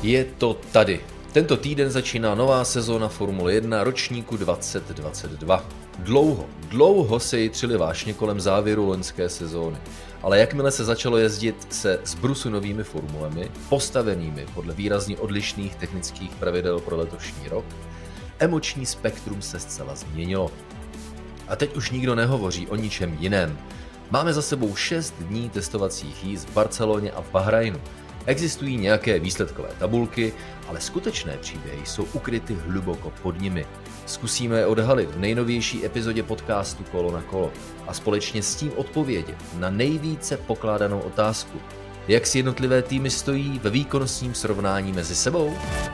Je to tady. Tento týden začíná nová sezóna Formule 1 ročníku 2022. Dlouho se jitřili vášně kolem závěru loňské sezóny. Ale jakmile se začalo jezdit se zbrusu novými formulemi, postavenými podle výrazně odlišných technických pravidel pro letošní rok, emoční spektrum se zcela změnilo. A teď už nikdo nehovoří o ničem jiném. Máme za sebou 6 dní testovacích jízd v Barceloně a v Bahrajnu. Existují nějaké výsledkové tabulky, ale skutečné příběhy jsou ukryty hluboko pod nimi. Zkusíme je odhalit v nejnovější epizodě podcastu Kolo na kolo a společně s tím odpovědět na nejvíce pokládanou otázku. Jak si jednotlivé týmy stojí ve výkonnostním srovnání mezi sebou?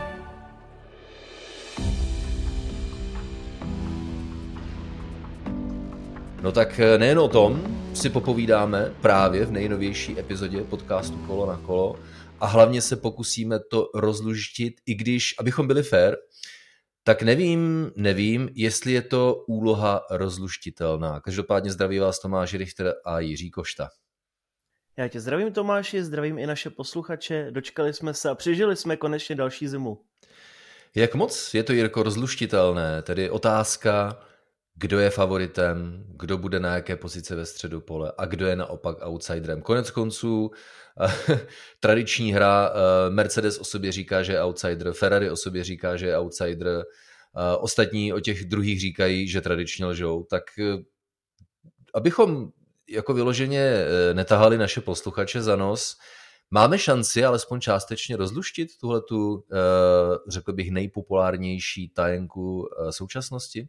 No tak nejen o tom si popovídáme právě v nejnovější epizodě podcastu Kolo na kolo a hlavně se pokusíme to rozluštit, i když, abychom byli fair, tak nevím, jestli je to úloha rozluštitelná. Každopádně zdraví vás Tomáš Richter a Jiří Košta. Já tě zdravím, Tomáši, zdravím i naše posluchače. Dočkali jsme se a přežili jsme konečně další zimu. Jak moc je to, Jirko, rozluštitelné? Tedy otázka, kdo je favoritem, kdo bude na jaké pozice ve středu pole a kdo je naopak outsiderem. Konec konců tradiční hra, Mercedes o sobě říká, že je outsider, Ferrari o sobě říká, že je outsider, ostatní o těch druhých říkají, že tradičně lžou. Tak abychom jako vyloženě netahali naše posluchače za nos, máme šanci alespoň částečně rozluštit tuhletu, řekl bych, nejpopulárnější tajenku současnosti?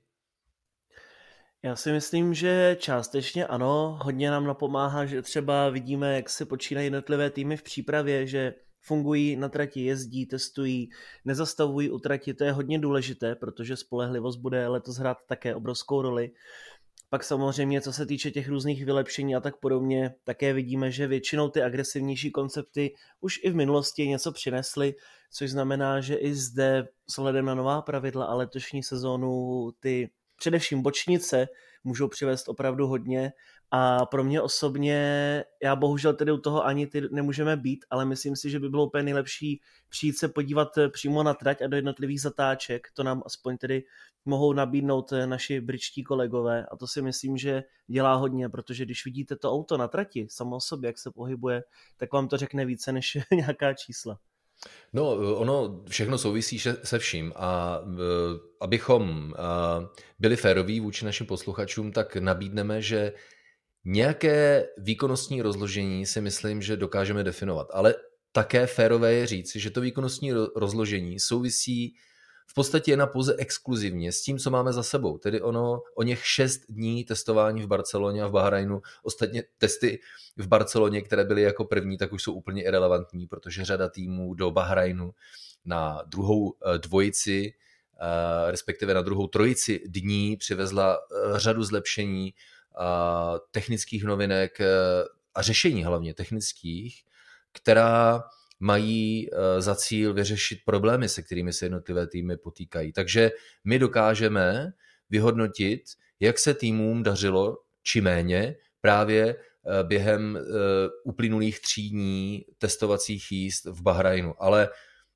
Já si myslím, že částečně ano, hodně nám napomáhá, že třeba vidíme, jak se počínají jednotlivé týmy v přípravě, že fungují na trati, jezdí, testují, nezastavují u trati, to je hodně důležité, protože spolehlivost bude letos hrát také obrovskou roli. Pak samozřejmě, co se týče těch různých vylepšení a tak podobně, také vidíme, že většinou ty agresivnější koncepty už i v minulosti něco přinesly, což znamená, že i zde s ohledem na nová pravidla a letošní sezónu ty především bočnice můžou přivést opravdu hodně a pro mě osobně, já bohužel tedy u toho ani ty nemůžeme být, ale myslím si, že by bylo úplně nejlepší přijít se podívat přímo na trať a do jednotlivých zatáček, to nám aspoň tedy mohou nabídnout naši britští kolegové a to si myslím, že dělá hodně, protože když vidíte to auto na trati samo o sobě, jak se pohybuje, tak vám to řekne více než nějaká čísla. No, ono všechno souvisí se vším a abychom byli féroví vůči našim posluchačům, tak nabídneme, že nějaké výkonnostní rozložení si myslím, že dokážeme definovat, ale také férové je říct, že to výkonnostní rozložení souvisí v podstatě jen a pouze exkluzivně s tím, co máme za sebou. Tedy o něch 6 dní testování v Barceloně a v Bahrajnu. Ostatně testy v Barceloně, které byly jako první, tak už jsou úplně irelevantní, protože řada týmů do Bahrajnu na druhou dvojici, respektive na druhou trojici dní přivezla řadu zlepšení, technických novinek a řešení hlavně technických, která mají za cíl vyřešit problémy, se kterými se jednotlivé týmy potýkají. Takže my dokážeme vyhodnotit, jak se týmům dařilo, či méně, právě během uplynulých 3 dní testovacích jízd v Bahrajnu. Ale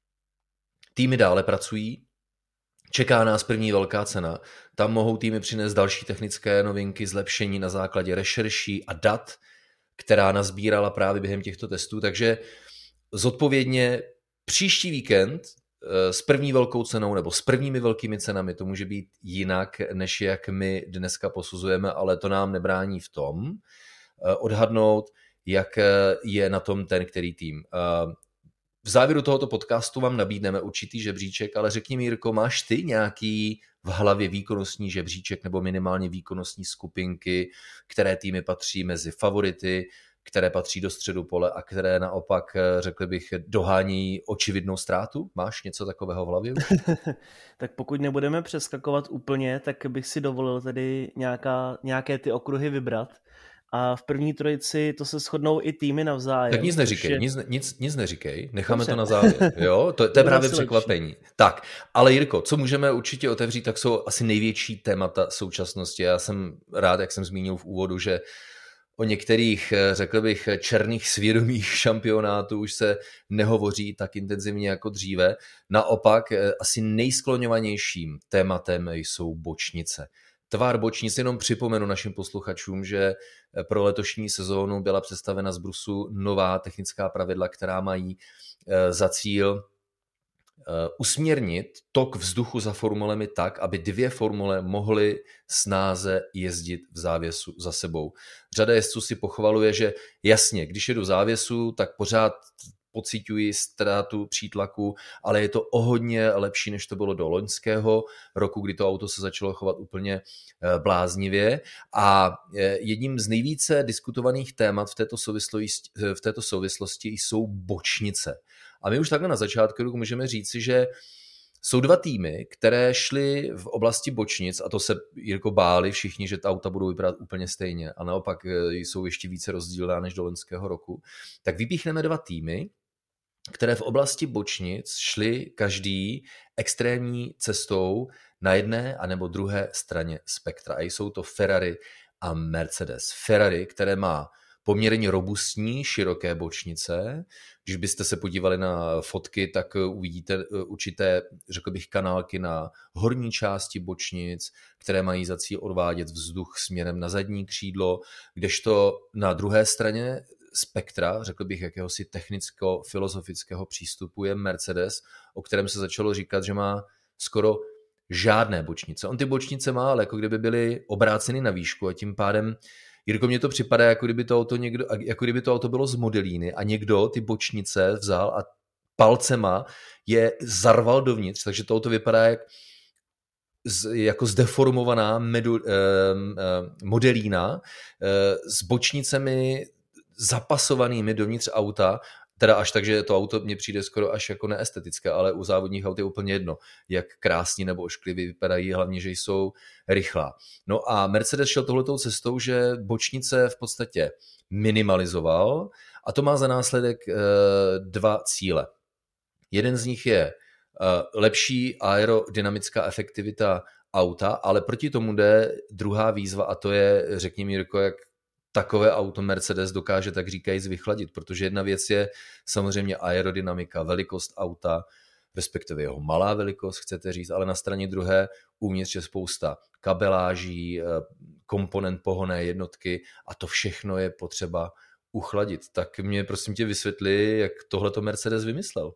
týmy dále pracují, čeká nás první velká cena, tam mohou týmy přinést další technické novinky, zlepšení na základě rešerší a dat, která nazbírala právě během těchto testů, takže zodpovědně příští víkend s první velkou cenou nebo s prvními velkými cenami to může být jinak, než jak my dneska posuzujeme, ale to nám nebrání v tom odhadnout, jak je na tom ten který tým. V závěru tohoto podcastu vám nabídneme určitý žebříček, ale řekni mi, Jirko, máš ty nějaký v hlavě výkonnostní žebříček nebo minimálně výkonnostní skupinky, které týmy patří mezi favority, které patří do středu pole a které naopak, řekl bych, dohání očividnou ztrátu? Máš něco takového v hlavě? Tak pokud nebudeme přeskakovat úplně, tak bych si dovolil tedy nějaké ty okruhy vybrat. A v první trojici to se shodnou i týmy navzájem. Tak nic neříkej, nic neříkej, necháme to na závěr. Jo? To je právě překvapení. Tak, ale Jirko, co můžeme určitě otevřít, tak jsou asi největší témata současnosti. Já jsem rád, jak jsem zmínil v úvodu, že O některých, řekl bych, černých svědomích šampionátů už se nehovoří tak intenzivně jako dříve. Naopak asi nejskloňovanějším tématem jsou bočnice. Tvar bočnic, jenom připomenu našim posluchačům, že pro letošní sezónu byla představena z Brusu nová technická pravidla, která mají za cíl usměrnit tok vzduchu za formulemi tak, aby 2 formule mohly snáze jezdit v závěsu za sebou. Řada jezdců si pochvaluje, že jasně, když jedu v závěsu, tak pořád pociťuji ztrátu přítlaku, ale je to o hodně lepší, než to bylo do loňského roku, kdy to auto se začalo chovat úplně bláznivě. A jedním z nejvíce diskutovaných témat v této souvislosti jsou bočnice. A my už takhle na začátku můžeme říci, že jsou 2 týmy, které šly v oblasti bočnic, a to se, Jirko, báli všichni, že ta auta budou vypadat úplně stejně, a naopak jsou ještě více rozdílné než do loňského roku. Tak vypíchneme 2 týmy, které v oblasti bočnic šly každý extrémní cestou na jedné anebo druhé straně spektra. A jsou to Ferrari a Mercedes. Ferrari, které má poměrně robustní, široké bočnice. Když byste se podívali na fotky, tak uvidíte určité, řekl bych, kanálky na horní části bočnic, které mají za cíl odvádět vzduch směrem na zadní křídlo, kdežto na druhé straně spektra, řekl bych, jakéhosi technicko-filozofického přístupu je Mercedes, o kterém se začalo říkat, že má skoro žádné bočnice. On ty bočnice má, ale jako kdyby byly obráceny na výšku a tím pádem, Jirko, mně to připadá, jako kdyby to auto bylo z modelíny a někdo ty bočnice vzal a palcema je zarval dovnitř, takže to auto vypadá jako zdeformovaná modelína s bočnicemi zapasovanými dovnitř auta, teda až tak, že to auto mně přijde skoro až jako neestetické, ale u závodních aut je úplně jedno, jak krásně nebo ošklivě vypadají, hlavně, že jsou rychlá. No a Mercedes šel tohletou cestou, že bočnice v podstatě minimalizoval a to má za následek 2 cíle. Jeden z nich je lepší aerodynamická efektivita auta, ale proti tomu jde druhá výzva a to je, řekni mi, Jirko, jak takové auto Mercedes dokáže, tak říkajíc, vychladit, protože jedna věc je samozřejmě aerodynamika, velikost auta, respektive jeho malá velikost, chcete říct, ale na straně druhé uvnitř je spousta kabeláží, komponent pohonné jednotky a to všechno je potřeba uchladit. Tak mě prosím tě vysvětli, jak tohleto Mercedes vymyslel.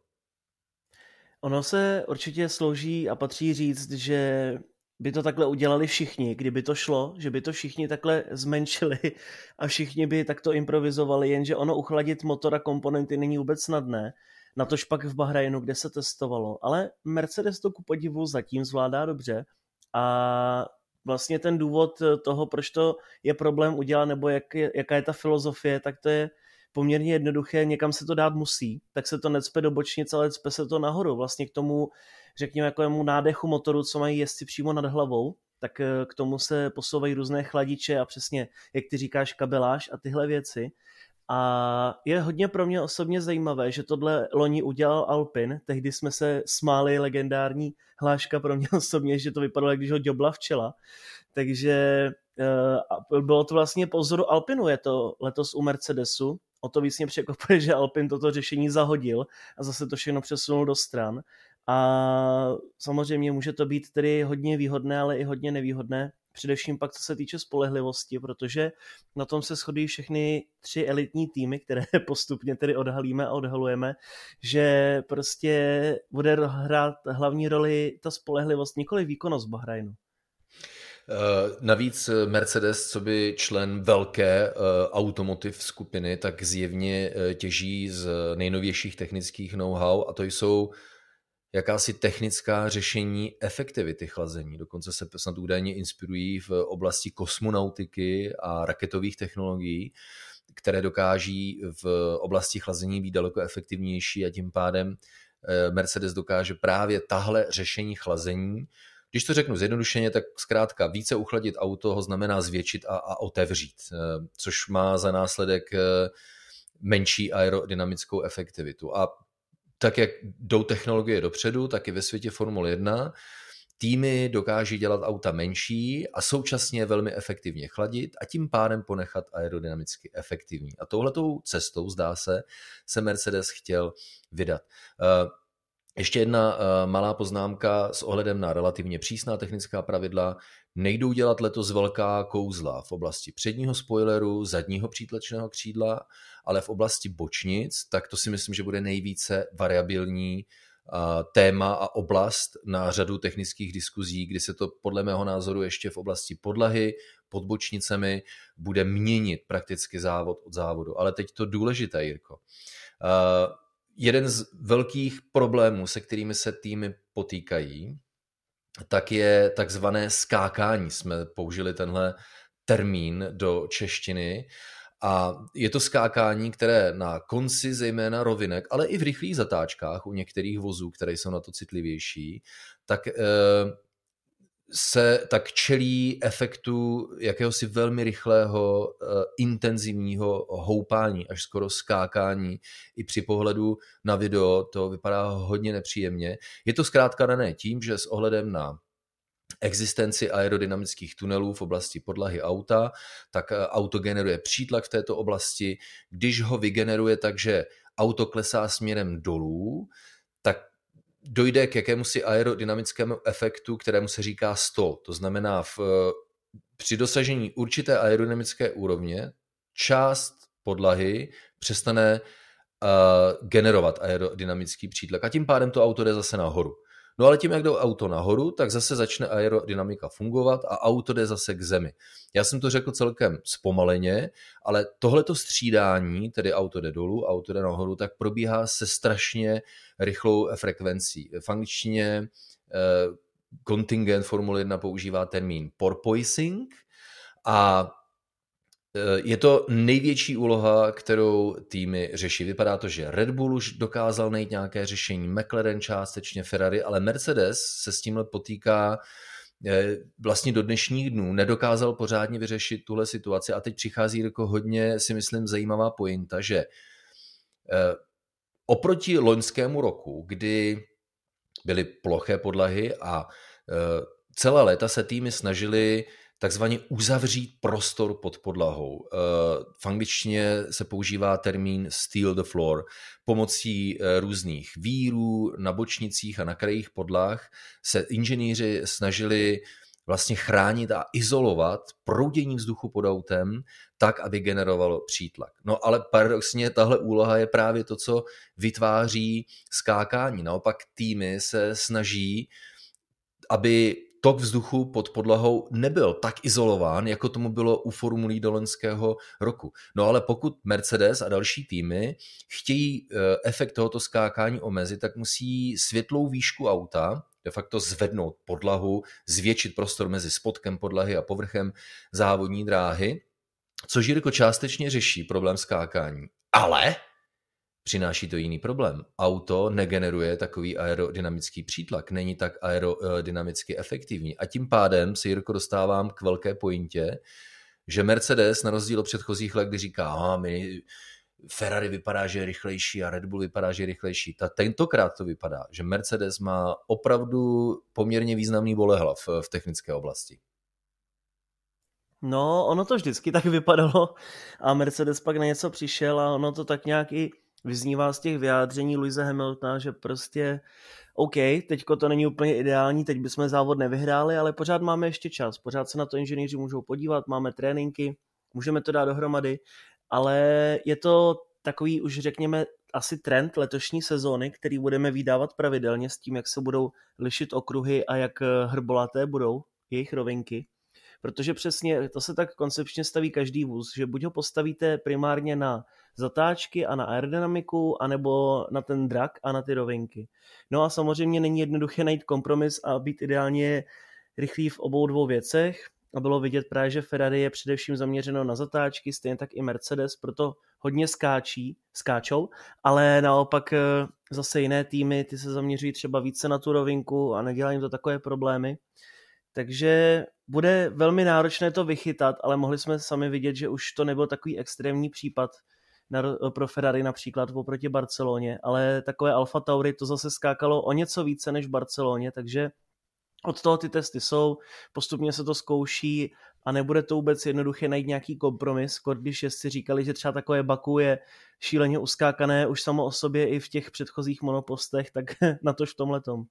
Ono se určitě slouží a patří říct, že by to takhle udělali všichni, kdyby to šlo, že by to všichni takhle zmenšili a všichni by takto improvizovali, jenže ono uchladit motor a komponenty není vůbec snadné, natož pak v Bahrajnu, kde se testovalo, ale Mercedes to ku podivu zatím zvládá dobře a vlastně ten důvod toho, proč to je problém udělat, nebo jaká je ta filozofie, tak to je poměrně jednoduché, někam se to dát musí, tak se to necpe do bočnic, ale cpe se to nahoru, vlastně k tomu, řekněme, jakému nádechu motoru, co mají jezdci přímo nad hlavou, tak k tomu se posouvají různé chladiče a přesně, jak ty říkáš, kabeláž a tyhle věci. A je hodně pro mě osobně zajímavé, že tohle loni udělal Alpine, tehdy jsme se smáli, legendární hláška pro mě osobně, že to vypadalo, jak když ho děbla včela, takže bylo to vlastně po vzoru Alpinu, je to letos u Mercedesu, o to víc mě překvapuje, že Alpine toto řešení zahodil a zase to všechno přesunul do stran. A samozřejmě může to být tedy hodně výhodné, ale i hodně nevýhodné, především pak co se týče spolehlivosti, protože na tom se shodují všechny 3 elitní týmy, které postupně tedy odhalíme a odhalujeme, že prostě bude hrát hlavní roli ta spolehlivost, nikoli výkonnost Bahrajnu. Navíc Mercedes, co by člen velké automotive skupiny, tak zjevně těží z nejnovějších technických know-how a to jsou jakási technická řešení efektivity chlazení. Dokonce se snad údajně inspirují v oblasti kosmonautiky a raketových technologií, které dokáží v oblasti chlazení být daleko efektivnější a tím pádem Mercedes dokáže právě tahle řešení chlazení. Když to řeknu zjednodušeně, tak zkrátka více uchladit auto ho znamená zvětšit a otevřít, což má za následek menší aerodynamickou efektivitu. A tak, jak jdou technologie dopředu, tak i ve světě Formule 1, týmy dokáží dělat auta menší a současně velmi efektivně chladit a tím pádem ponechat aerodynamicky efektivní. A touhletou cestou, zdá se Mercedes chtěl vydat. Ještě jedna malá poznámka s ohledem na relativně přísná technická pravidla. Nejdou dělat letos velká kouzla v oblasti předního spoileru, zadního přítlačného křídla, ale v oblasti bočnic, tak to si myslím, že bude nejvíce variabilní téma a oblast na řadu technických diskuzí, kdy se to podle mého názoru ještě v oblasti podlahy pod bočnicemi bude měnit prakticky závod od závodu. Ale teď to důležité, Jirko. Jeden z velkých problémů, se kterými se týmy potýkají, tak je takzvané skákání. Jsme použili tenhle termín do češtiny a je to skákání, které na konci zejména rovinek, ale i v rychlých zatáčkách u některých vozů, které jsou na to citlivější, tak čelí efektu jakéhosi velmi rychlého, intenzivního houpání, až skoro skákání. I při pohledu na video to vypadá hodně nepříjemně. Je to zkrátka dané tím, že s ohledem na existenci aerodynamických tunelů v oblasti podlahy auta, tak auto generuje přítlak v této oblasti. Když ho vygeneruje tak, že auto klesá směrem dolů, tak dojde k jakémusi aerodynamickému efektu, kterému se říká stall. To znamená, při dosažení určité aerodynamické úrovně část podlahy přestane generovat aerodynamický přítlak a tím pádem to auto jde zase nahoru. No ale tím, jak jde auto nahoru, tak zase začne aerodynamika fungovat a auto jde zase k zemi. Já jsem to řekl celkem zpomaleně, ale tohleto střídání, tedy auto jde dolů, auto jde nahoru, tak probíhá se strašně rychlou frekvencí. V angličtině kontingent Formule 1 používá termín porpoising a je to největší úloha, kterou týmy řeší. Vypadá to, že Red Bull už dokázal najít nějaké řešení, McLaren částečně, Ferrari, ale Mercedes se s tímhle potýká vlastně do dnešních dnů, nedokázal pořádně vyřešit tuhle situaci a teď přichází jako hodně, si myslím, zajímavá pointa, že oproti loňskému roku, kdy byly ploché podlahy a celá léta se týmy snažily takzvaně uzavřít prostor pod podlahou. V angličtině se používá termín steal the floor. Pomocí různých vírů na bočnicích a na krajích podlah se inženýři snažili vlastně chránit a izolovat proudění vzduchu pod autem tak, aby generovalo přítlak. No ale paradoxně tahle úloha je právě to, co vytváří skákání. Naopak týmy se snaží, aby tok vzduchu pod podlahou nebyl tak izolován, jako tomu bylo u formulí do loňského roku. No ale pokud Mercedes a další týmy chtějí efekt tohoto skákání omezit, tak musí světlou výšku auta de facto zvednout podlahu, zvětšit prostor mezi spodkem podlahy a povrchem závodní dráhy, což Jirko částečně řeší problém skákání. Ale přináší to jiný problém. Auto negeneruje takový aerodynamický přítlak, není tak aerodynamicky efektivní. A tím pádem se, Jirko, dostávám k velké pointě, že Mercedes na rozdíl od předchozích let, kdy říká, Ferrari vypadá, že je rychlejší a Red Bull vypadá, že je rychlejší. Tentokrát to vypadá, že Mercedes má opravdu poměrně významný bolehlav v technické oblasti. No, ono to vždycky tak vypadalo a Mercedes pak na něco přišel a ono to tak nějak i vyznívá z těch vyjádření Lewise Hamiltona, že prostě OK, teďko to není úplně ideální, teď bychom závod nevyhráli, ale pořád máme ještě čas, pořád se na to inženýři můžou podívat, máme tréninky, můžeme to dát dohromady, ale je to takový už řekněme asi trend letošní sezóny, který budeme vydávat pravidelně s tím, jak se budou lišit okruhy a jak hrbolaté budou jejich rovinky. Protože přesně to se tak koncepčně staví každý vůz, že buď ho postavíte primárně na zatáčky a na aerodynamiku, anebo na ten drak a na ty rovinky. No a samozřejmě není jednoduché najít kompromis a být ideálně rychlý v obou dvou věcech. A bylo vidět právě, že Ferrari je především zaměřeno na zatáčky, stejně tak i Mercedes, proto hodně skáčou, ale naopak zase jiné týmy, ty se zaměřují třeba více na tu rovinku a nedělají jim to takové problémy. Takže bude velmi náročné to vychytat, ale mohli jsme sami vidět, že už to nebyl takový extrémní případ pro Ferrari například oproti Barceloně, ale takové Alfa Tauri to zase skákalo o něco více než v Barceloně, takže Od toho ty testy jsou, postupně se to zkouší a nebude to vůbec jednoduché najít nějaký kompromis, když si říkali, že třeba takové Baku je šíleně uskákané už samo o sobě i v těch předchozích monopostech, tak natož v tomhletom.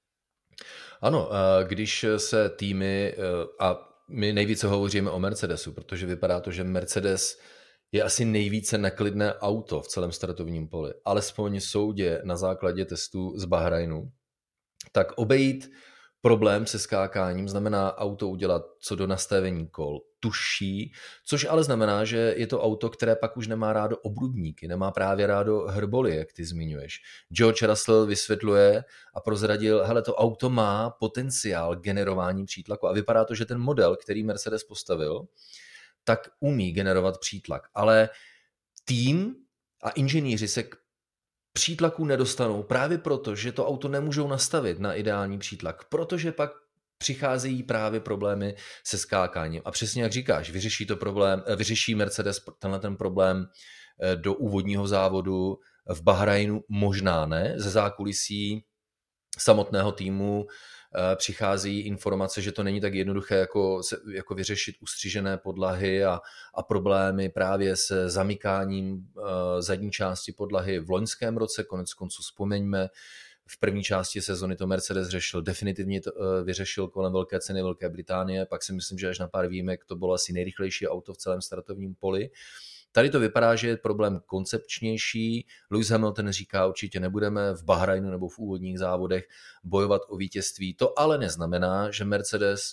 Ano, když se týmy, a my nejvíce hovoříme o Mercedesu, protože vypadá to, že Mercedes je asi nejvíce neklidné auto v celém startovním poli, alespoň soudě na základě testů z Bahrajnu, tak obejít problém se skákáním znamená auto udělat co do nastavení kol tužší, což ale znamená, že je to auto, které pak už nemá rádo obludníky, nemá právě rádo hrboly, jak ty zmiňuješ. George Russell vysvětluje a prozradil, hele, to auto má potenciál generování přítlaku a vypadá to, že ten model, který Mercedes postavil, tak umí generovat přítlak, ale tým a inženýři se k přítlaku nedostanou právě proto, že to auto nemůžou nastavit na ideální přítlak, protože pak přicházejí právě problémy se skákáním. A přesně jak říkáš, vyřeší Mercedes ten problém do úvodního závodu v Bahrajnu? Možná ne. Ze zákulisí samotného týmu přichází informace, že to není tak jednoduché jako vyřešit ustřižené podlahy a problémy právě se zamykáním zadní části podlahy v loňském roce. Konec konců vzpomeňme, v první části sezony to Mercedes řešil, definitivně to vyřešil kolem velké ceny Velké Británie, pak si myslím, že až na pár výjimek to bylo asi nejrychlejší auto v celém startovním poli. Tady to vypadá, že je problém koncepčnější. Lewis Hamilton říká, určitě nebudeme v Bahrajnu nebo v úvodních závodech bojovat o vítězství. To ale neznamená, že Mercedes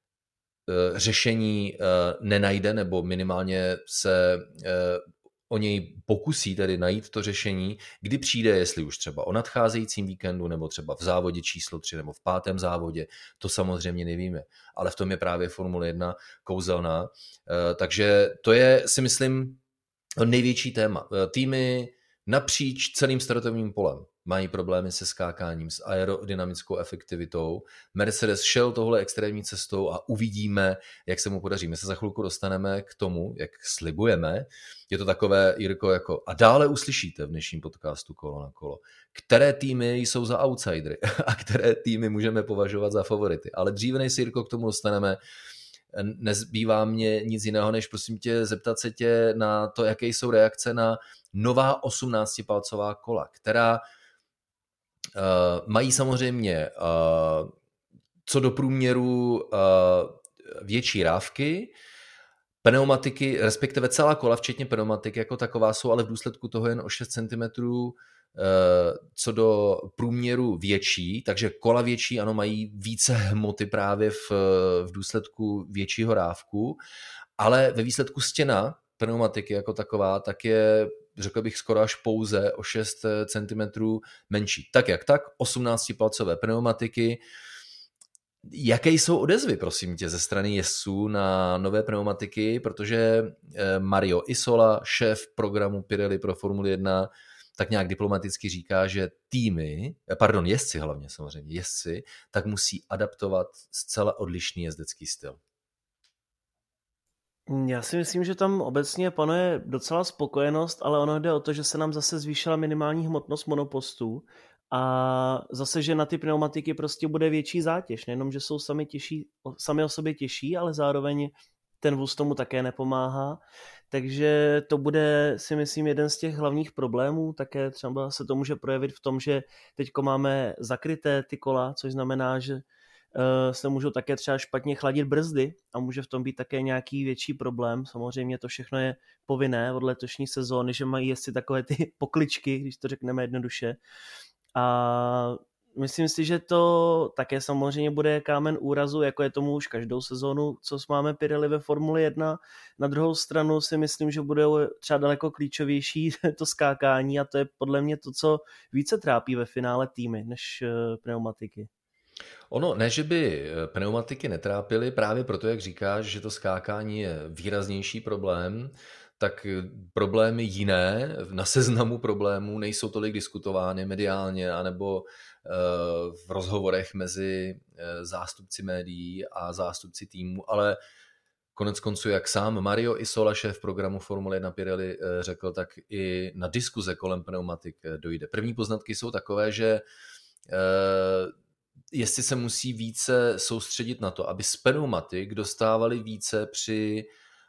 řešení nenajde nebo minimálně se o něj pokusí tedy najít to řešení, kdy přijde, jestli už třeba o nadcházejícím víkendu, nebo třeba v závodě číslo 3, nebo v 5. závodě, to samozřejmě nevíme. Ale v tom je právě Formule 1 kouzelná. Takže to je, si myslím, největší téma. Týmy napříč celým startovním polem mají problémy se skákáním, s aerodynamickou efektivitou. Mercedes šel tohle extrémní cestou a uvidíme, jak se mu podaří. My se za chvilku dostaneme k tomu, jak slibujeme. Je to takové, Jirko, jako a dále uslyšíte v dnešním podcastu Kolo na kolo, které týmy jsou za outsidery a které týmy můžeme považovat za favority. Ale dříve, než se, Jirko, k tomu dostaneme, nezbývá mě nic jiného, než prosím tě zeptat se tě na to, jaké jsou reakce na nová 18-palcová kola, která mají samozřejmě co do průměru větší rávky, pneumatiky, respektive celá kola, včetně pneumatiky jako taková, jsou ale v důsledku toho jen o 6 cm co do průměru větší, takže kola větší, ano, mají více hmoty právě v důsledku většího rávku, ale ve výsledku stěna pneumatiky jako taková, tak je, řekl bych, skoro až pouze o 6 cm menší. Tak jak tak, 18-palcové pneumatiky. Jaké jsou odezvy, prosím tě, ze strany jezdců na nové pneumatiky, protože Mario Isola, šéf programu Pirelli pro Formuli 1, tak nějak diplomaticky říká, že jezdci hlavně samozřejmě, jezdci, tak musí adaptovat zcela odlišný jezdecký styl. Já si myslím, že tam obecně panuje docela spokojenost, ale ono jde o to, že se nám zase zvýšila minimální hmotnost monopostů a zase, že na ty pneumatiky prostě bude větší zátěž. Nejenom, že jsou sami o sobě těžší, ale zároveň ten vůz tomu také nepomáhá. Takže to bude, si myslím, jeden z těch hlavních problémů. Také třeba se to může projevit v tom, že teďko máme zakryté ty kola, což znamená, že se můžou také třeba špatně chladit brzdy a může v tom být také nějaký větší problém. Samozřejmě to všechno je povinné od letošní sezóny, že mají jestli takové ty pokličky, když to řekneme jednoduše. A myslím si, že to také samozřejmě bude kámen úrazu, jako je tomu už každou sezónu, co máme Pirelli ve Formuli 1. Na druhou stranu si myslím, že bude třeba daleko klíčovější to skákání a to je podle mě to, co více trápí ve finále týmy než pneumatiky. Ono, ne, že by pneumatiky netrápily, právě proto, jak říkáš, že to skákání je výraznější problém, tak problémy jiné na seznamu problémů nejsou tolik diskutovány mediálně anebo v rozhovorech mezi zástupci médií a zástupci týmu, ale konec konců, jak sám Mario Isola, šéf programu Formule 1 Pirelli, řekl, tak i na diskuze kolem pneumatik dojde. První poznatky jsou takové, že jestli se musí více soustředit na to, aby z pneumatik dostávali více při,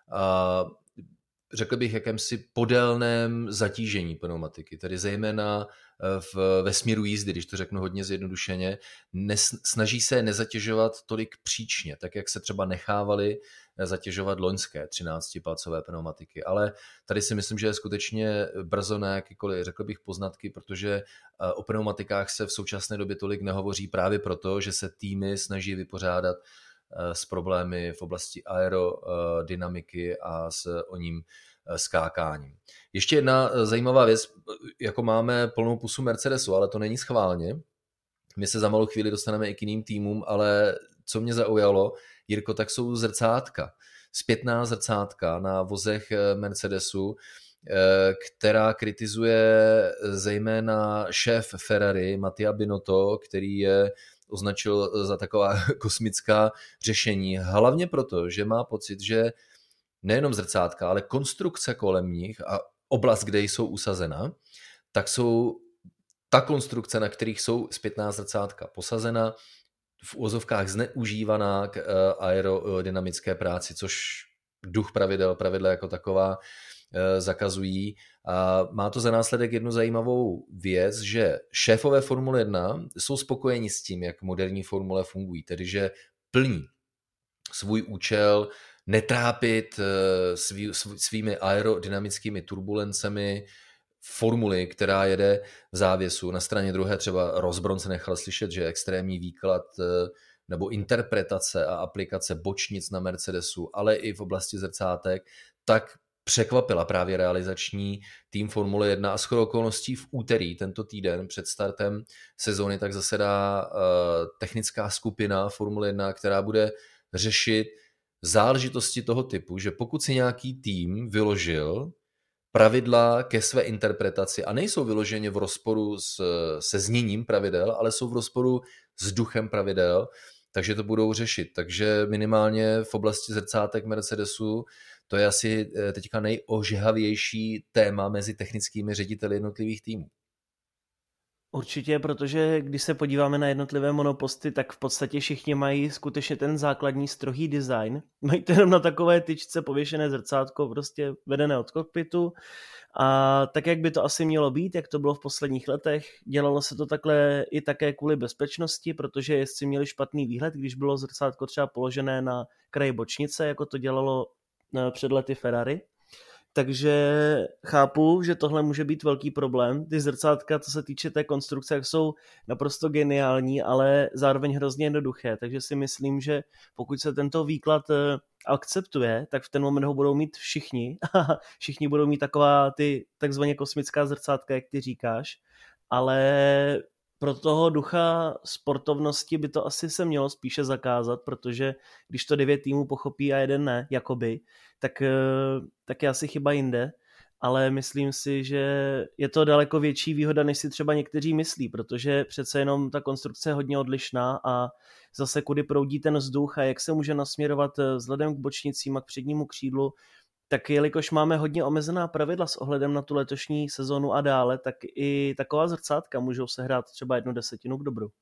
řekl bych, jakémsi podélném zatížení pneumatiky, tedy zejména ve směru jízdy, když to řeknu hodně zjednodušeně, snaží se nezatěžovat tolik příčně, tak jak se třeba nechávali zatěžovat loňské 13-palcové pneumatiky. Ale tady si myslím, že je skutečně brzo na jakýkoliv, řekl bych, poznatky, protože o pneumatikách se v současné době tolik nehovoří právě proto, že se týmy snaží vypořádat s problémy v oblasti aerodynamiky a s o ním skákáním. Ještě jedna zajímavá věc, jako máme plnou pusu Mercedesu, ale to není schválně. My se za malou chvíli dostaneme i k jiným týmům, ale co mě zaujalo, Jirko, tak jsou zrcátka. Zpětná zrcátka na vozech Mercedesu, která kritizuje zejména šéf Ferrari Mattia Binotto, který je označil za taková kosmická řešení. Hlavně proto, že má pocit, že nejenom zrcátka, ale konstrukce kolem nich a oblast, kde jsou usazena, tak jsou ta konstrukce, na kterých jsou zpětná zrcátka posazena, v uvozovkách zneužívaná k aerodynamické práci, což duch pravidla jako taková zakazují. A má to za následek jednu zajímavou věc, že šéfové Formule 1 jsou spokojeni s tím, jak moderní formule fungují, tedy že plní svůj účel netrápit svými aerodynamickými turbulencemi formuli, která jede v závěsu. Na straně druhé třeba Rosbron se nechal slyšet, že extrémní výklad nebo interpretace a aplikace bočnic na Mercedesu, ale i v oblasti zrcátek, tak překvapila právě realizační tým Formule 1 a shodou okolností v úterý tento týden před startem sezóny tak zasedá technická skupina Formule 1, která bude řešit záležitosti toho typu, že pokud si nějaký tým vyložil pravidla ke své interpretaci a nejsou vyloženě v rozporu se zněním pravidel, ale jsou v rozporu s duchem pravidel, takže to budou řešit. Takže minimálně v oblasti zrcátek Mercedesu to je asi teďka nejožehavější téma mezi technickými řediteli jednotlivých týmů. Určitě, protože když se podíváme na jednotlivé monoposty, tak v podstatě všichni mají skutečně ten základní strohý design. Mají to jenom na takové tyčce pověšené zrcátko, prostě vedené od kokpitu. A tak, jak by to asi mělo být, jak to bylo v posledních letech, dělalo se to takhle i také kvůli bezpečnosti, protože jezdci měli špatný výhled, když bylo zrcátko třeba položené na kraji bočnice, jako to dělalo před lety Ferrari. Takže chápu, že tohle může být velký problém. Ty zrcátka, co se týče té konstrukce, jsou naprosto geniální, ale zároveň hrozně jednoduché. Takže si myslím, že pokud se tento výklad akceptuje, tak v ten moment ho budou mít všichni. Všichni budou mít taková ty takzvaně kosmická zrcátka, jak ty říkáš. Ale pro toho ducha sportovnosti by to asi se mělo spíše zakázat, protože když to 9 týmů pochopí a jeden ne, jakoby, tak je asi chyba jinde, ale myslím si, že je to daleko větší výhoda, než si třeba někteří myslí, protože přece jenom ta konstrukce je hodně odlišná a zase kudy proudí ten vzduch a jak se může nasměrovat vzhledem k bočnicím a k přednímu křídlu, tak jelikož máme hodně omezená pravidla s ohledem na tu letošní sezonu a dále, tak i taková zrcátka můžou sehrát třeba 1/10 k dobru.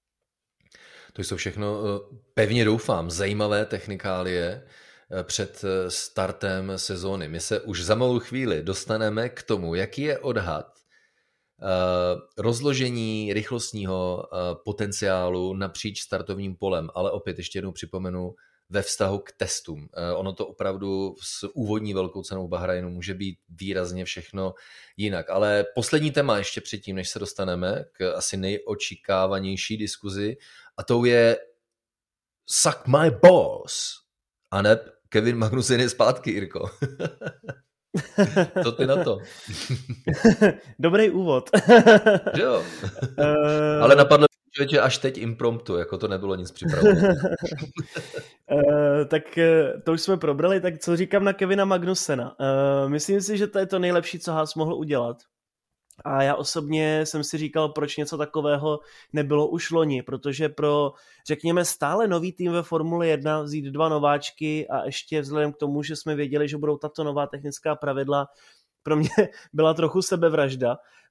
To jsou všechno, pevně doufám, zajímavé technikálie před startem sezóny. My se už za malou chvíli dostaneme k tomu, jaký je odhad rozložení rychlostního potenciálu napříč startovním polem, ale opět ještě jednou připomenu, ve vztahu k testům. Ono to opravdu s úvodní velkou cenou Bahrajnu může být výrazně všechno jinak. Ale poslední téma ještě předtím, než se dostaneme k asi nejočekávanější diskuzi, a to je Suck my balls. A ne Kevin Magnussen je zpátky, Jirko. Co ty na to? Dobrý úvod. Že jo? Ale napadlo že až teď impromptu, jako to nebylo nic připravené. Tak to už jsme probrali, tak co říkám na Kevina Magnusena? Myslím si, že to je to nejlepší, co Haas mohl udělat. A já osobně jsem si říkal, proč něco takového nebylo už loni, protože pro, řekněme, stále nový tým ve Formule 1 vzít 2 nováčky a ještě vzhledem k tomu, že jsme věděli, že budou tato nová technická pravidla, pro mě byla trochu sebevražda.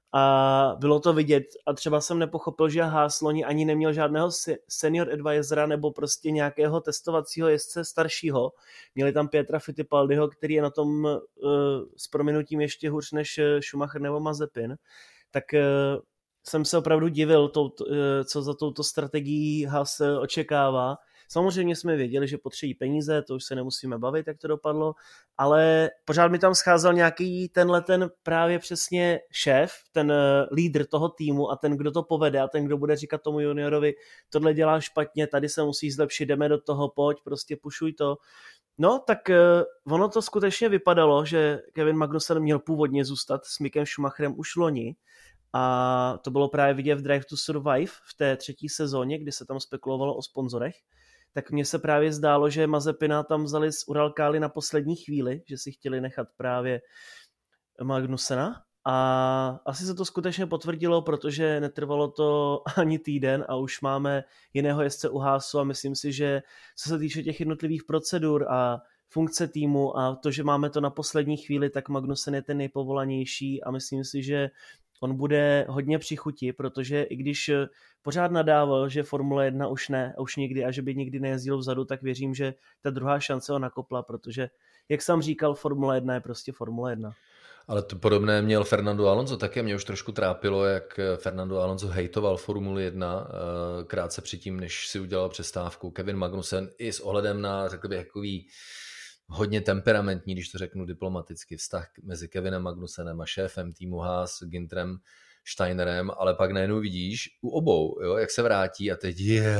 a bylo to vidět a třeba jsem nepochopil, že Haas loni ani neměl žádného senior advisora nebo prostě nějakého testovacího jezdce staršího. Měli tam Pietra Fittipaldiho, který je na tom s prominutím ještě hůř než Schumacher nebo Mazepin. Tak jsem se opravdu divil, co za touto strategií Haas očekává. Samozřejmě jsme věděli, že potřebují peníze, to už se nemusíme bavit, jak to dopadlo, ale pořád mi tam scházel nějaký ten právě přesně šéf, ten lídr toho týmu a ten, kdo to povede a ten, kdo bude říkat tomu juniorovi, tohle dělá špatně, tady se musí zlepšit, jdeme do toho, pojď, prostě pušuj to. No, tak ono to skutečně vypadalo, že Kevin Magnussen měl původně zůstat s Mickem Schumacherem už loni, a to bylo právě vidět v Drive to Survive v té 3. sezóně, kdy se tam spekulovalo o sponzorech. Tak mně se právě zdálo, že Mazepina tam vzali z Uralkály na poslední chvíli, že si chtěli nechat právě Magnusena a asi se to skutečně potvrdilo, protože netrvalo to ani týden a už máme jiného jezdce u Haasu a myslím si, že co se týče těch jednotlivých procedur a funkce týmu a to, že máme to na poslední chvíli, tak Magnussen je ten nejpovolanější a myslím si, že on bude hodně při chuti, protože i když pořád nadával, že Formule 1 už ne, už nikdy a že by nikdy nejezdil vzadu, tak věřím, že ta druhá šance ho nakopla, protože, jak jsem říkal, Formule 1 je prostě Formule 1. Ale to podobné měl Fernando Alonso také. Mě už trošku trápilo, jak Fernando Alonso hejtoval Formuli 1 krátce předtím, než si udělal přestávku. Kevin Magnussen i s ohledem na, řekl bych, jakový hodně temperamentní, když to řeknu diplomaticky, vztah mezi Kevinem Magnussenem a šéfem týmu Haas, Ginterem Steinerem, ale pak najednou vidíš u obou, jo, jak se vrátí a teď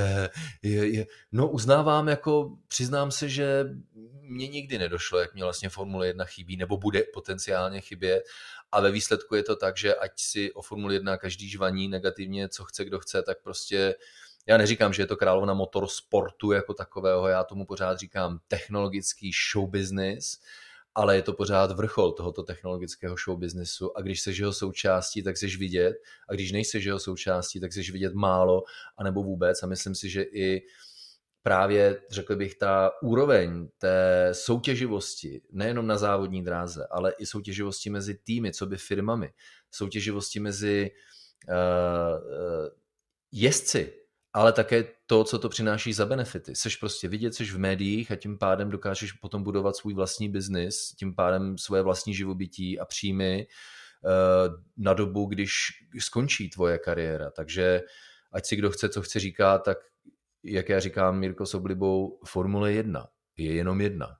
no uznávám, jako přiznám se, že mně nikdy nedošlo, jak mě vlastně Formule 1 chybí, nebo bude potenciálně chybět a ve výsledku je to tak, že ať si o Formule 1 každý žvaní negativně, co chce, kdo chce, tak prostě já neříkám, že je to královna motorsportu jako takového, já tomu pořád říkám technologický show business, ale je to pořád vrchol tohoto technologického show businessu a když seš jeho součástí, tak seš vidět a když nejseš jeho součástí, tak seš vidět málo anebo vůbec a myslím si, že i právě, řekl bych, ta úroveň té soutěživosti, nejenom na závodní dráze, ale i soutěživosti mezi týmy, co by firmami, soutěživosti mezi jezdci, ale také to, co to přináší za benefity. Seš prostě vidět, seš v médiích a tím pádem dokážeš potom budovat svůj vlastní biznis, tím pádem svoje vlastní živobytí a příjmy na dobu, když skončí tvoje kariéra. Takže ať si kdo chce, co chce říkat, tak jak já říkám, Mirko, s oblibou, Formule 1 je jenom jedna.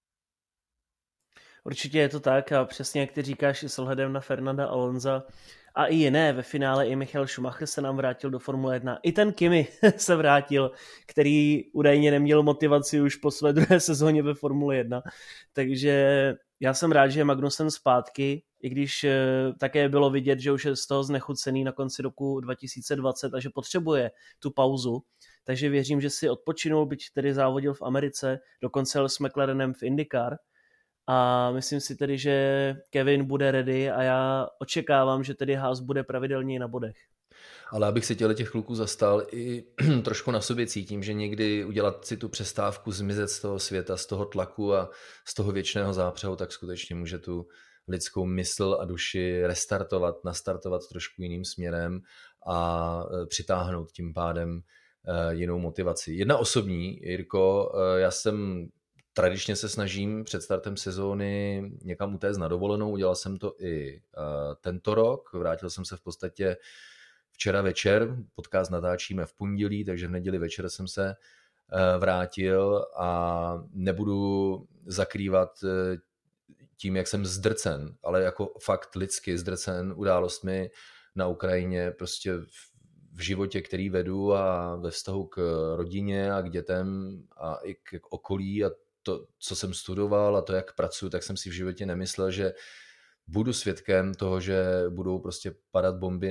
Určitě je to tak a přesně jak ty říkáš i s ohledem na Fernanda Alonsa a i jiné, ve finále i Michael Schumacher se nám vrátil do Formule 1. I ten Kimi se vrátil, který údajně neměl motivaci už po své druhé sezóně ve Formule 1. Takže já jsem rád, že je Magnussen zpátky, i když také bylo vidět, že už je z toho znechucený na konci roku 2020 a že potřebuje tu pauzu. Takže věřím, že si odpočinul, byť tedy závodil v Americe, dokonce jel s McLarenem v IndyCar. A myslím si tedy, že Kevin bude ready a já očekávám, že tedy Haas bude pravidelně na bodech. Ale abych si těch kluků zastal, i trošku na sobě cítím, že někdy udělat si tu přestávku, zmizet z toho světa, z toho tlaku a z toho věčného zápřehu, tak skutečně může tu lidskou mysl a duši restartovat, nastartovat trošku jiným směrem a přitáhnout tím pádem jinou motivaci. Jedna osobní, Jirko, já jsem tradičně se snažím před startem sezóny někam utéct na dovolenou, udělal jsem to i tento rok, vrátil jsem se v podstatě včera večer, podcast natáčíme v pondělí, takže v neděli večer jsem se vrátil a nebudu zakrývat tím, jak jsem zdrcen, ale jako fakt lidsky zdrcen událostmi na Ukrajině, prostě v životě, který vedu a ve vztahu k rodině a k dětem a i k okolí a to, co jsem studoval a to, jak pracuji, tak jsem si v životě nemyslel, že budu svědkem toho, že budou prostě padat bomby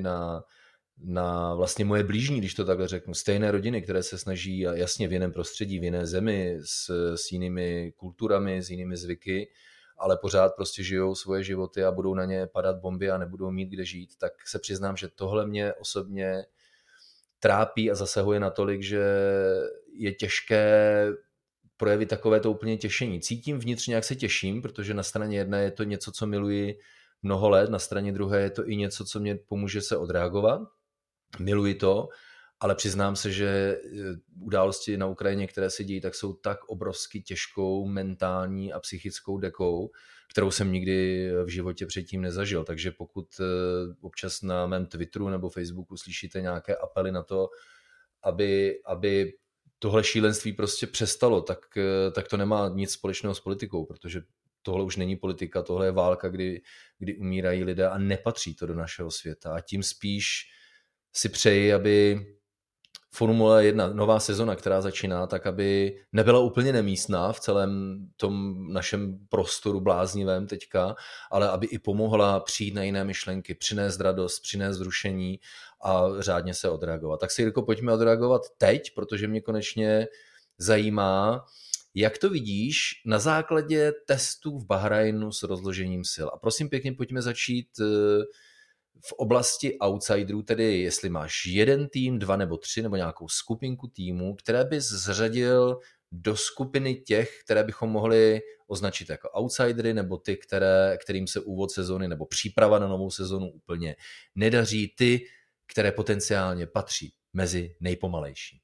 na vlastně moje blížní, když to takhle řeknu, stejné rodiny, které se snaží jasně v jiném prostředí, v jiné zemi, s jinými kulturami, s jinými zvyky, ale pořád prostě žijou svoje životy a budou na ně padat bomby a nebudou mít kde žít, tak se přiznám, že tohle mě osobně trápí a zasahuje natolik, že je těžké projevit takové to úplně těšení. Cítím vnitřně, jak se těším, protože na straně jedné je to něco, co miluji mnoho let, na straně druhé je to i něco, co mě pomůže se odreagovat. Miluji to, ale přiznám se, že události na Ukrajině, které se dějí, tak jsou tak obrovsky těžkou mentální a psychickou dekou, kterou jsem nikdy v životě předtím nezažil. Takže pokud občas na mém Twitteru nebo Facebooku slyšíte nějaké apely na to, aby tohle šílenství prostě přestalo, tak to nemá nic společného s politikou, protože tohle už není politika, tohle je válka, kdy umírají lidé a nepatří to do našeho světa. A tím spíš si přeji, aby Formule 1, nová sezona, která začíná, tak aby nebyla úplně nemístná v celém tom našem prostoru bláznivém teďka, ale aby i pomohla přijít na jiné myšlenky, přinést radost, přinést vzrušení a řádně se odreagovat. Tak si, Jirko, pojďme odreagovat teď, protože mě konečně zajímá, jak to vidíš na základě testů v Bahrajnu s rozložením sil. A prosím pěkně, pojďme začít v oblasti outsiderů, tedy jestli máš jeden tým, 2 nebo 3, nebo nějakou skupinku týmů, které bys zřadil do skupiny těch, které bychom mohli označit jako outsidery, nebo ty, kterým se úvod sezony nebo příprava na novou sezonu úplně nedaří, ty, které potenciálně patří mezi nejpomalejší.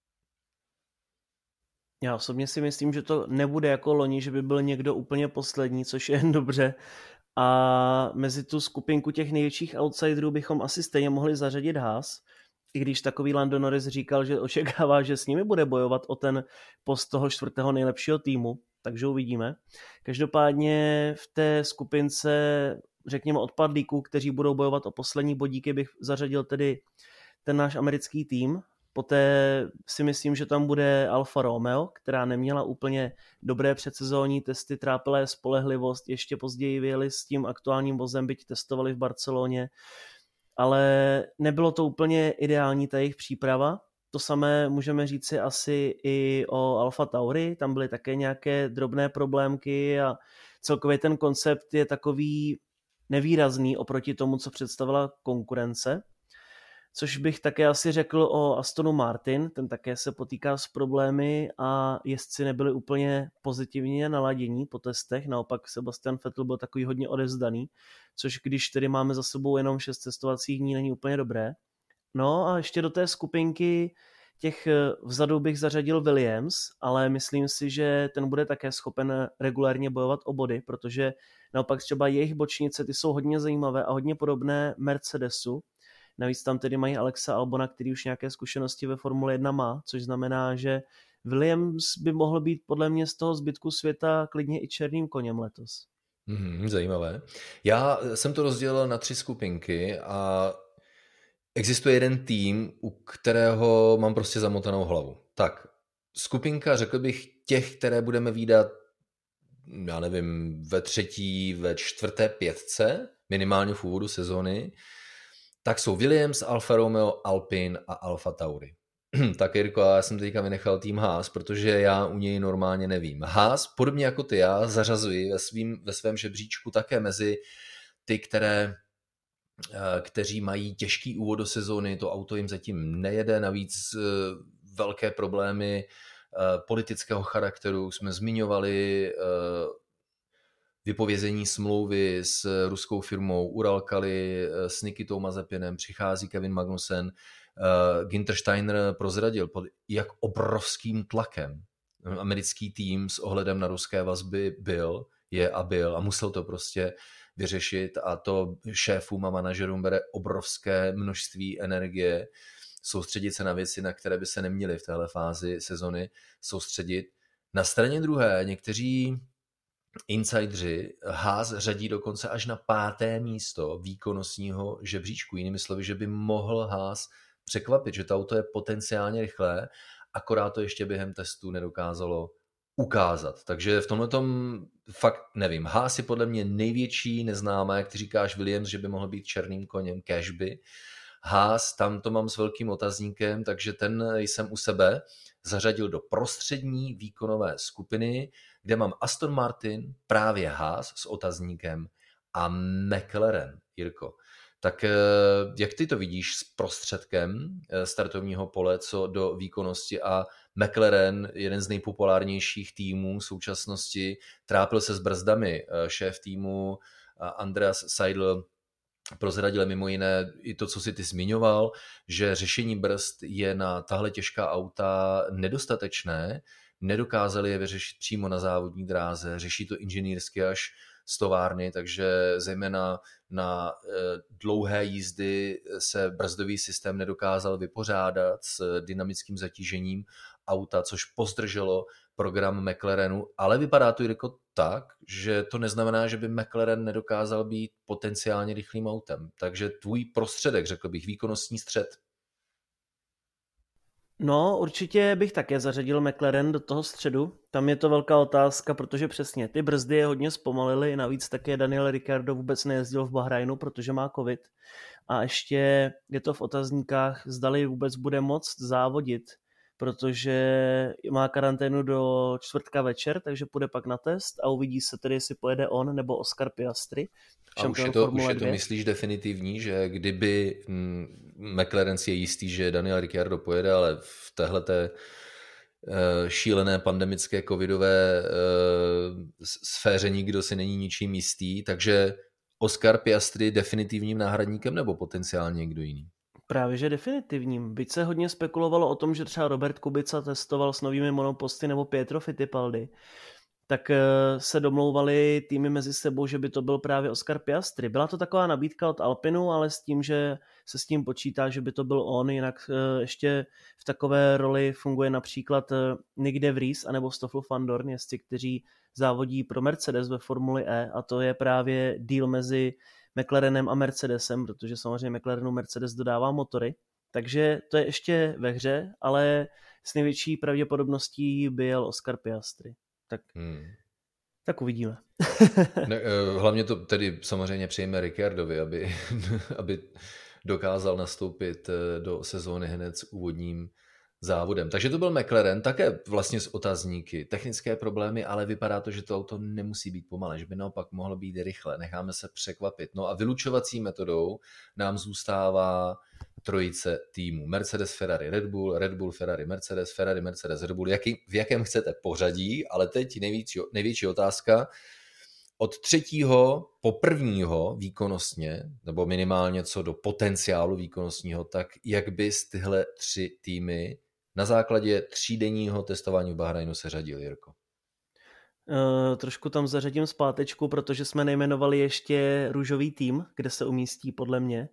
Já osobně si myslím, že to nebude jako loni, že by byl někdo úplně poslední, což je jen dobře. A mezi tu skupinku těch největších outsiderů bychom asi stejně mohli zařadit Haas, i když takový Lando Norris říkal, že očekává, že s nimi bude bojovat o ten post toho 4. nejlepšího týmu, takže uvidíme. Každopádně v té skupince, řekněme, odpadlíků, kteří budou bojovat o poslední bodíky, bych zařadil tedy ten náš americký tým. Poté si myslím, že tam bude Alfa Romeo, která neměla úplně dobré předsezónní testy, trápila je spolehlivost, ještě později vyjeli s tím aktuálním vozem, byť testovali v Barceloně, ale nebylo to úplně ideální ta jejich příprava. To samé můžeme říci asi i o Alfa Tauri, tam byly také nějaké drobné problémky a celkově ten koncept je takový nevýrazný oproti tomu, co představila konkurence. Což bych také asi řekl o Astonu Martin, ten také se potýká s problémy a jezdci nebyli úplně pozitivně naladění po testech, naopak Sebastian Vettel byl takový hodně odevzdaný, což když tedy máme za sebou jenom 6 testovacích dní, není úplně dobré. No a ještě do té skupinky těch vzadu bych zařadil Williams, ale myslím si, že ten bude také schopen regulárně bojovat o body, protože naopak třeba jejich bočnice, ty jsou hodně zajímavé a hodně podobné Mercedesu. Navíc tam tedy mají Alexa Albona, který už nějaké zkušenosti ve Formule 1 má, což znamená, že Williams by mohl být podle mě z toho zbytku světa klidně i černým koněm letos. Zajímavé. Já jsem to rozdělil na 3 skupinky a existuje jeden tým, u kterého mám prostě zamotanou hlavu. Tak, skupinka, řekl bych, těch, které budeme vídat, já nevím, ve 3., ve 4., 5, minimálně v úvodu sezóny, tak jsou Williams, Alfa Romeo, Alpine a Alfa Tauri. Tak Jirko, já jsem teďka vynechal tým Haas, protože já u něj normálně nevím. Haas, podobně jako ty, já zařazuji ve svém žebříčku také mezi ty, kteří mají těžký úvod do sezóny, to auto jim zatím nejede, navíc velké problémy politického charakteru. Jsme zmiňovali vypovězení smlouvy s ruskou firmou Uralkali, s Nikitou Mazepinem, přichází Kevin Magnussen. Günther Steiner prozradil, pod jak obrovským tlakem americký tým s ohledem na ruské vazby byl a musel to prostě vyřešit a to šéfům a manažerům bere obrovské množství energie soustředit se na věci, na které by se neměli v téhle fázi sezony soustředit. Na straně druhé někteří insidři Haas řadí dokonce až na 5. místo výkonnostního žebříčku. Jinými slovy, že by mohl Haas překvapit, že to auto je potenciálně rychlé, akorát to ještě během testu nedokázalo ukázat. Takže v tomhletom fakt nevím. Haas je podle mě největší neznámé, jak ty říkáš Williams, že by mohl být černým koněm, cashby. Haas, tam to mám s velkým otazníkem, takže ten jsem u sebe zařadil do prostřední výkonové skupiny, kde mám Aston Martin, právě Haas s otazníkem a McLaren, Jirko. Tak jak ty to vidíš s prostředkem startovního pole co do výkonnosti a McLaren, jeden z nejpopulárnějších týmů v současnosti, trápil se s brzdami. Šéf týmu Andreas Seidl prozradil mimo jiné i to, co si ty zmiňoval, že řešení brzd je na tahle těžká auta nedostatečné, nedokázali je vyřešit přímo na závodní dráze, řeší to inženýrsky až z továrny, takže zejména na dlouhé jízdy se brzdový systém nedokázal vypořádat s dynamickým zatížením auta, což pozdrželo program McLarenu, ale vypadá to, Jirko, tak, že to neznamená, že by McLaren nedokázal být potenciálně rychlým autem. Takže tvůj prostředek, řekl bych, výkonnostní střed. No, určitě bych také zařadil McLaren do toho středu. Tam je to velká otázka, protože přesně ty brzdy je hodně zpomalily, navíc také Daniel Ricciardo vůbec nejezdil v Bahrajnu, protože má covid. A ještě je to v otazníkách, zdali vůbec bude moct závodit, protože má karanténu do čtvrtka večer, takže půjde pak na test a uvidí se tedy, jestli pojede on nebo Oscar Piastri. A už je to myslíš definitivní, že kdyby McLaren si je jistý, že Daniel Ricciardo pojede, ale v téhleté šílené pandemické covidové sféře nikdo si není ničím jistý, takže Oscar Piastri definitivním náhradníkem nebo potenciálně někdo jiný? Právě že definitivním. Byť se hodně spekulovalo o tom, že třeba Robert Kubica testoval s novými monoposty nebo Pietro Fittipaldi, tak se domlouvali týmy mezi sebou, že by to byl právě Oscar Piastri. Byla to taková nabídka od Alpinu, ale s tím, že se s tím počítá, že by to byl on, jinak ještě v takové roli funguje například Nick de Vries anebo Stoffel van Dorn, jezdci, kteří závodí pro Mercedes ve Formuli E, a to je právě deal mezi McLarenem a Mercedesem, protože samozřejmě McLarenu Mercedes dodává motory, takže to je ještě ve hře, ale s největší pravděpodobností byl Oscar Piastri. Tak uvidíme. Hlavně to tedy samozřejmě přejeme Ricciardovi, aby dokázal nastoupit do sezóny hned s úvodním závodem. Takže to byl McLaren, také vlastně s otazníky, technické problémy, ale vypadá to, že to auto nemusí být pomalé, že by naopak mohlo být rychle. Necháme se překvapit. No a vylučovací metodou nám zůstává trojice týmů. Mercedes, Ferrari, Red Bull, Ferrari, Mercedes, Red Bull. V jakém chcete pořadí, ale teď největší otázka. Od třetího po prvního výkonnostně, nebo minimálně co do potenciálu výkonnostního, tak jak bys tyhle tři týmy na základě třídenního testování v Bahrajnu se řadil, Jirko? Trošku tam zařadím zpátečku, protože jsme nejmenovali ještě růžový tým, kde se umístí podle mě.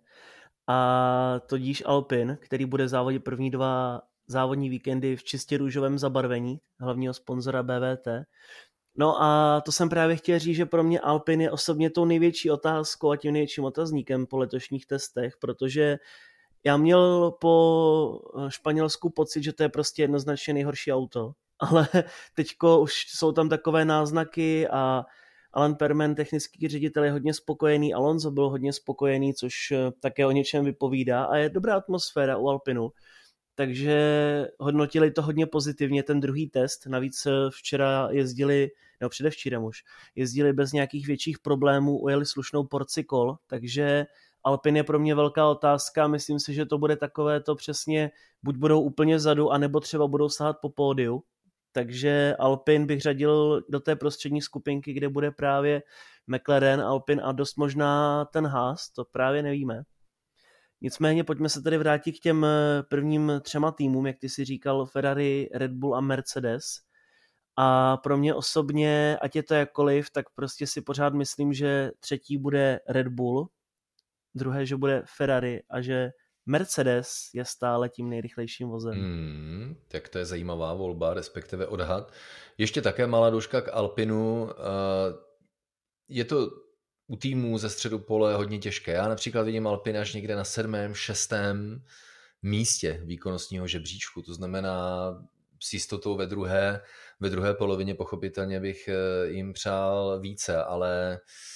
A tudíž Alpin, který bude závodit první 2 závodní víkendy v čistě růžovém zabarvení, hlavního sponzora BVT. No a to jsem právě chtěl říct, že pro mě Alpin je osobně tou největší otázkou a tím největším otazníkem po letošních testech, protože já měl po Španělsku pocit, že to je prostě jednoznačně nejhorší auto, ale teďko už jsou tam takové náznaky a Alan Perman, technický ředitel, je hodně spokojený, Alonso byl hodně spokojený, což také o něčem vypovídá a je dobrá atmosféra u Alpinu. Takže hodnotili to hodně pozitivně, ten druhý test. Navíc včera předevčírem už jezdili bez nějakých větších problémů, ujeli slušnou porci kol, takže Alpin je pro mě velká otázka. Myslím si, že to bude takové to přesně, buď budou úplně vzadu, anebo třeba budou sahat po pódiu. Takže Alpin bych řadil do té prostřední skupinky, kde bude právě McLaren, Alpin a dost možná ten Haas, to právě nevíme. Nicméně pojďme se tedy vrátit k těm prvním 3 týmům, jak ty si říkal, Ferrari, Red Bull a Mercedes. A pro mě osobně, ať je to jakkoliv, tak prostě si pořád myslím, že třetí bude Red Bull, druhé, že bude Ferrari a že Mercedes je stále tím nejrychlejším vozem. Tak to je zajímavá volba, respektive odhad. Ještě také malá douška k Alpinu. Je to u týmů ze středu pole hodně těžké. Já například vidím Alpin až někde na 7., 6. místě výkonnostního žebříčku. To znamená s jistotou ve druhé polovině pochopitelně bych jim přál více, ale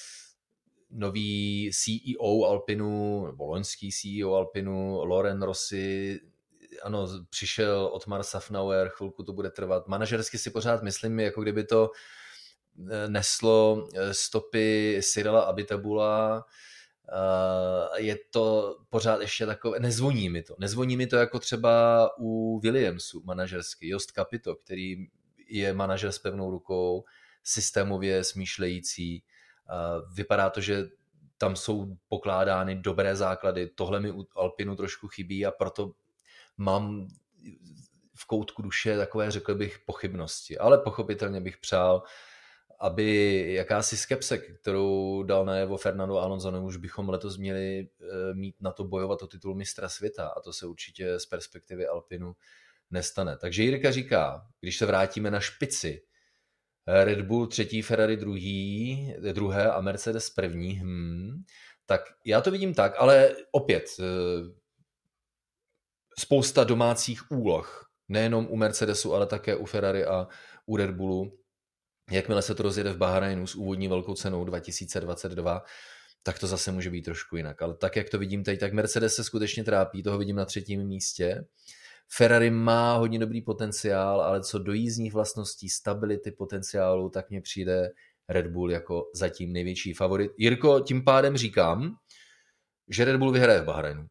nový CEO Alpinu, nebo loňský CEO Alpinu, Loren Rossi, ano, přišel Otmar Safnauer, chvilku to bude trvat. Manažersky si pořád myslím, jako kdyby to neslo stopy Cyrila Abitabula. Je to pořád ještě takové, nezvoní mi to jako třeba u Williamsu manažersky, Jost Capito, který je manažer s pevnou rukou, systémově smýšlející Vypadá to, že tam jsou pokládány dobré základy. Tohle mi u Alpinu trošku chybí a proto mám v koutku duše takové, řekl bych, pochybnosti. Ale pochopitelně bych přál, aby jakási skepse, kterou dal najevo Fernando Alonso, už bychom letos měli mít na to bojovat o titul mistra světa a to se určitě z perspektivy Alpinu nestane. Takže Jirka říká, když se vrátíme na špici, Red Bull třetí, Ferrari druhé a Mercedes první, tak já to vidím tak, ale opět spousta domácích úloh, nejenom u Mercedesu, ale také u Ferrari a u Red Bullu. Jakmile se to rozjede v Bahrajnu s úvodní velkou cenou 2022, tak to zase může být trošku jinak. Ale tak, jak to vidím teď, tak Mercedes se skutečně trápí, toho vidím na třetím místě. Ferrari má hodně dobrý potenciál, ale co do jízdních vlastností, stability potenciálu, tak mně přijde Red Bull jako zatím největší favorit. Jirko, tím pádem říkám, že Red Bull vyhraje v Bahrajnu.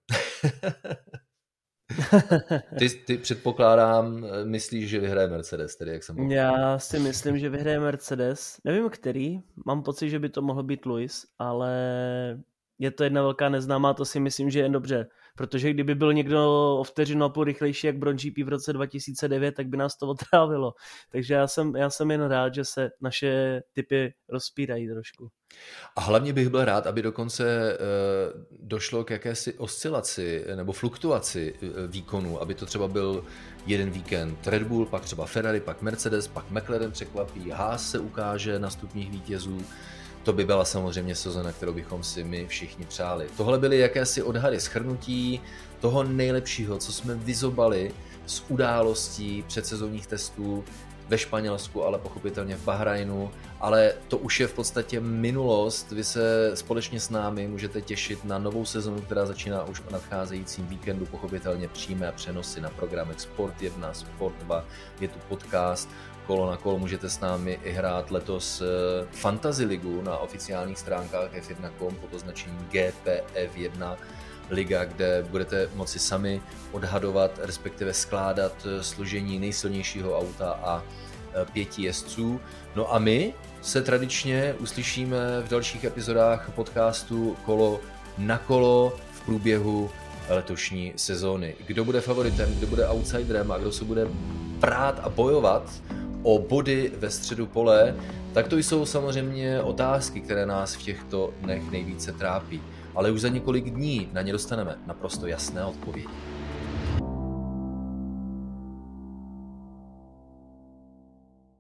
Ty předpokládám, myslíš, že vyhraje Mercedes, tedy jak jsem pochopil. Já si myslím, že vyhraje Mercedes. Nevím který, mám pocit, že by to mohl být Lewis, ale je to jedna velká neznámá, to si myslím, že je dobře. Protože kdyby byl někdo o vteřinu a půl rychlejší jak Brown GP v roce 2009, tak by nás to otrávilo. Takže já jsem jen rád, že se naše typy rozpírají trošku. A hlavně bych byl rád, aby dokonce došlo k jakési oscilaci nebo fluktuaci výkonu, aby to třeba byl jeden víkend Red Bull, pak třeba Ferrari, pak Mercedes, pak McLaren překvapí, Haas se ukáže na stupních vítězů. To by byla samozřejmě sezona, kterou bychom si my všichni přáli. Tohle byly jakési odhady, shrnutí toho nejlepšího, co jsme vyzobali z událostí předsezonních testů ve Španělsku, ale pochopitelně v Bahrajnu, ale to už je v podstatě minulost. Vy se společně s námi můžete těšit na novou sezonu, která začíná už o nadcházejícím víkendu, pochopitelně přímé přenosy na programech Sport 1, Sport 2, je tu podcast, Kolo na kolo, můžete s námi i hrát letos Fantasy ligu na oficiálních stránkách F1.com pod označením GPF1 liga, kde budete moci sami odhadovat, respektive skládat složení nejsilnějšího auta a 5 jezdců. No a my se tradičně uslyšíme v dalších epizodách podcastu Kolo na kolo v průběhu letošní sezóny. Kdo bude favoritem, kdo bude outsiderem a kdo se bude prát a bojovat o body ve středu pole, tak to jsou samozřejmě otázky, které nás v těchto dnech nejvíce trápí. Ale už za několik dní na ně dostaneme naprosto jasné odpovědi.